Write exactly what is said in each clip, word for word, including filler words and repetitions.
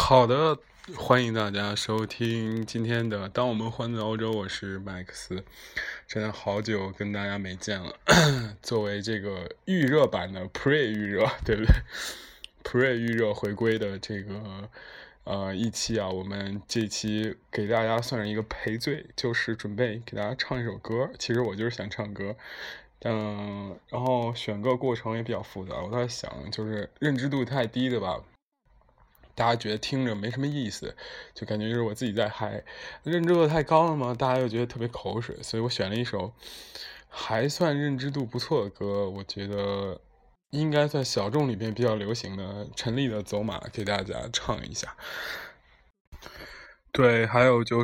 好的，欢迎大家收听今天的《当我们欢在欧洲》，我是麦克斯。真的好久跟大家没见了。作为这个预热版的 Pre 预热，对不对？Pre 预热回归的这个呃一期啊，我们这期给大家算是一个赔罪，就是准备给大家唱一首歌。其实我就是想唱歌。嗯，然后选歌过程也比较复杂，我在想，就是认知度太低的吧。大家觉得听着没什么意思，就感觉就是我自己在嗨。认知度太高了嘛，大家又觉得特别口水，所以我选了一首还算认知度不错的歌，我觉得应该在小众里面比较流行的陈粒的《走马》，给大家唱一下。对，还有就是，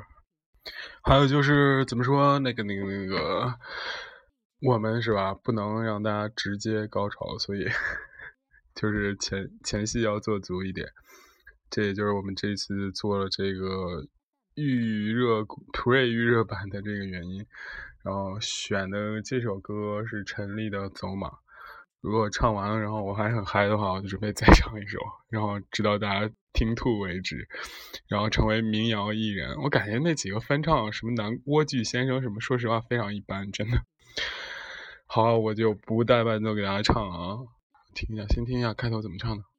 还有就是怎么说那个那个那个，我们是吧，不能让大家直接高潮，所以就是前前戏要做足一点。这也就是我们这次做了这个预热 pre 预热版的这个原因。然后选的这首歌是陈粒的《走马》。如果唱完了，然后我还很嗨的话，我就准备再唱一首，然后直到大家听吐为止，然后成为民谣艺人。我感觉那几个翻唱什么南莴苣先生什么，说实话非常一般，真的。好，我就不带伴奏给大家唱啊，听一下，先听一下开头怎么唱的。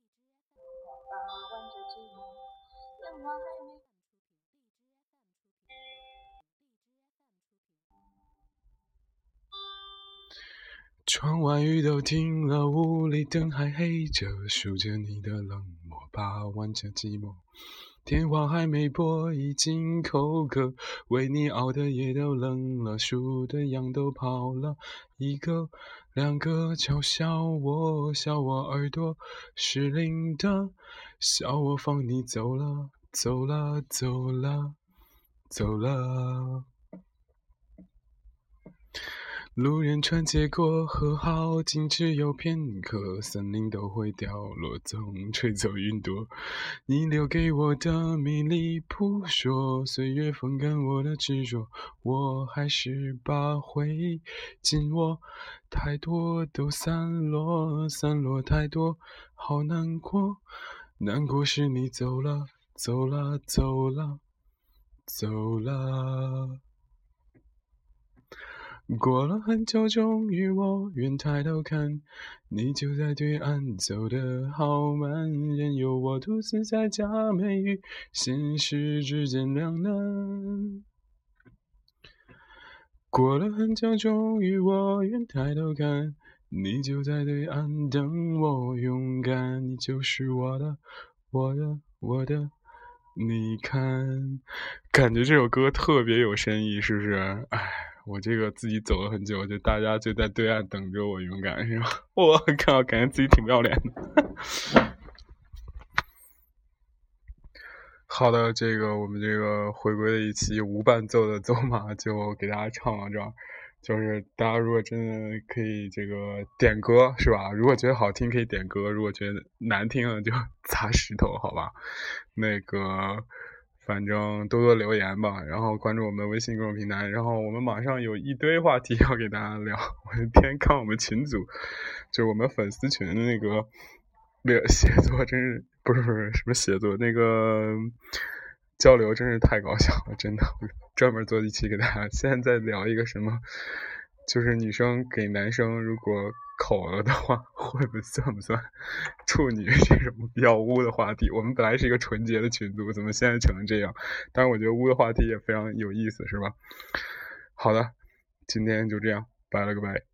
窗外雨都停了，屋里灯还黑着，数着你的冷漠，把玩着寂寞。电话还没拨，已经口渴，为你熬的夜都冷了，数的羊都跑了，一个两个嘲笑我，笑我耳朵失灵的，笑我放你走了，走了，走了，走了。路人穿街过河，好景只有片刻，森林都会掉落，总吹走云朵。你留给我的迷离扑朔，岁月风干我的执着，我还是把回忆紧握。太多都散落，散落太多，好难过。难过是你走了，走了，走了，走了。过了很久，终于我愿抬头看，你就在对岸，走得好慢，任由我独自在假寐与现实之间两难。过了很久，终于我愿抬头看，你就在对岸等我勇敢，你就是我的，我的，我的。你看，感觉这首歌特别有深意，是不是？哎，我这个自己走了很久，就大家就在对岸等着我勇敢，是吧？我靠，感觉自己挺不要脸的。好的，这个我们这个回归的一期无伴奏的走马就给大家唱到这儿。就是大家如果真的可以这个点歌是吧？如果觉得好听可以点歌，如果觉得难听了就砸石头，好吧？那个反正多多留言吧，然后关注我们的微信公众平台，然后我们马上有一堆话题要给大家聊。我那天看我们群组，就是我们粉丝群的那个那个写作，真是不是不是什么写作，那个交流真是太搞笑了，真的。专门做一期给大家。现在在聊一个什么，就是女生给男生如果口了的话，会不会算不算处女这种比较污的话题？我们本来是一个纯洁的群组，怎么现在成了这样？但是我觉得污的话题也非常有意思，是吧？好的，今天就这样，拜了个拜。